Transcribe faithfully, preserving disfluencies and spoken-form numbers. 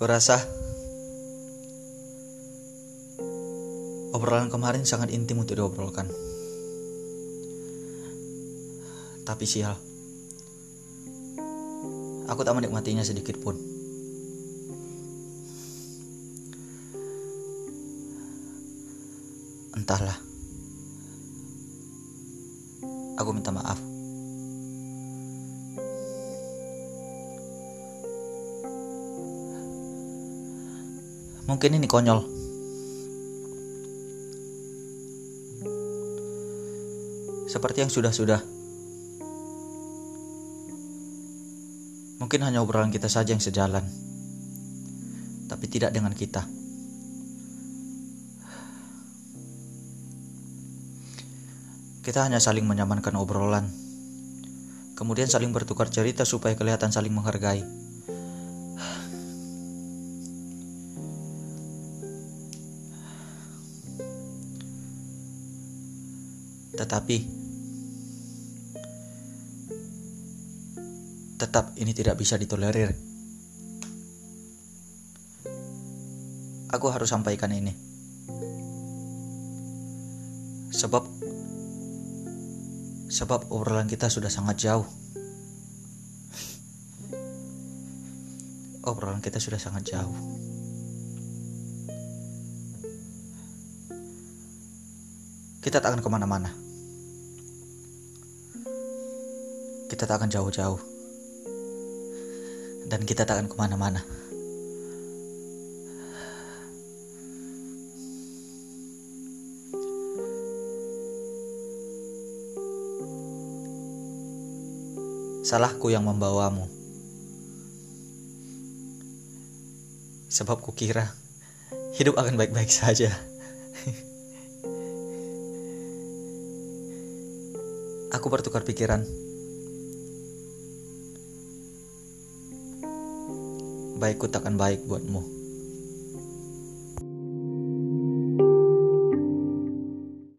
Kurasa obrolan kemarin sangat intim untuk diobrolkan. Tapi sial, aku tak menikmatinya sedikit pun. Entahlah, aku minta maaf. Mungkin ini konyol, seperti yang sudah-sudah. Mungkin hanya obrolan kita saja yang sejalan, tapi tidak dengan kita. Kita hanya saling menyamankan obrolan, kemudian saling bertukar cerita supaya kelihatan saling menghargai. Tetapi tetap ini tidak bisa ditolerir. Aku harus sampaikan ini. Sebab Sebab obrolan kita sudah sangat jauh. Obrolan kita sudah sangat jauh. Kita tak akan kemana-mana. Kita tak akan jauh-jauh. Dan kita tak akan kemana-mana. Salahku yang membawamu. Sebab kukira hidup akan baik-baik saja. Aku bertukar pikiran. Baikku takkan baik buatmu.